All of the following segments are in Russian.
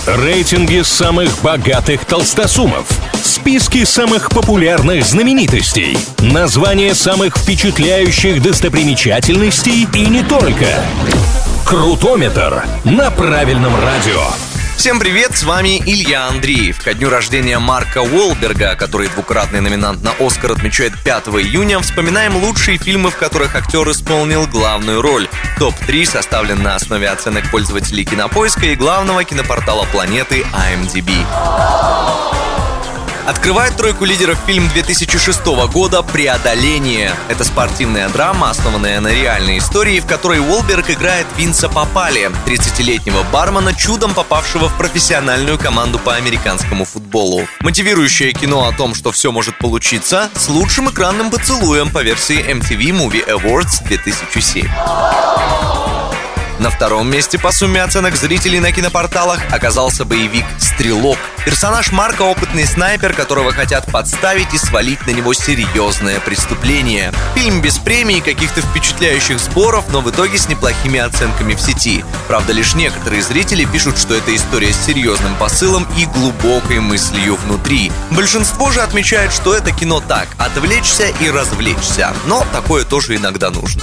Рейтинги самых богатых толстосумов. Списки самых популярных знаменитостей. Названия самых впечатляющих достопримечательностей и не только. Крутометр на правильном радио. Всем привет, с вами Илья Андреев. Ко дню рождения Марка Уолберга, который двукратный номинант на «Оскар», отмечает 5 июня, вспоминаем лучшие фильмы, в которых актер исполнил главную роль. Топ-3 составлен на основе оценок пользователей Кинопоиска и главного кинопортала планеты IMDb. Открывает тройку лидеров фильм 2006 года «Преодоление». Это спортивная драма, основанная на реальной истории, в которой Уолберг играет Винса Папали, 30-летнего бармена, чудом попавшего в профессиональную команду по американскому футболу. Мотивирующее кино о том, что все может получиться, с лучшим экранным поцелуем по версии MTV Movie Awards 2007. На втором месте по сумме оценок зрителей на кинопорталах оказался боевик «Стрелок». Персонаж Марка — опытный снайпер, которого хотят подставить и свалить на него серьезное преступление. Фильм без премий и каких-то впечатляющих сборов, но в итоге с неплохими оценками в сети. Правда, лишь некоторые зрители пишут, что это история с серьезным посылом и глубокой мыслью внутри. Большинство же отмечает, что это кино так, отвлечься и развлечься. Но такое тоже иногда нужно.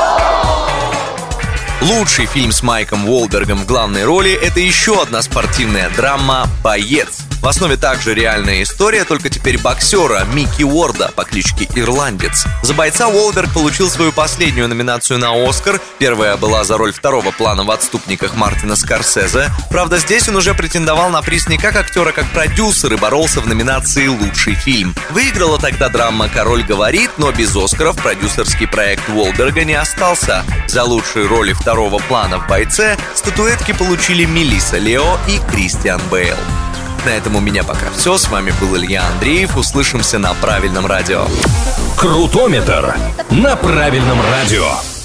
Лучший фильм с Майком Уолбергом в главной роли — это еще одна спортивная драма «Боец». В основе также реальная история, только теперь боксера Микки Уорда по кличке Ирландец. За «Бойца» Уолберг получил свою последнюю номинацию на «Оскар». Первая была за роль второго плана в «Отступниках» Мартина Скорсезе. Правда, здесь он уже претендовал на приз не как актер, а как продюсер и боролся в номинации «Лучший фильм». Выиграла тогда драма «Король говорит», но без «Оскаров» продюсерский проект Уолберга не остался. За лучшие роли второго плана в «Бойце» статуэтки получили Мелисса Лео и Кристиан Бейл. На этом у меня пока все. С вами был Илья Андреев. Услышимся на правильном радио. Крутометр на правильном радио.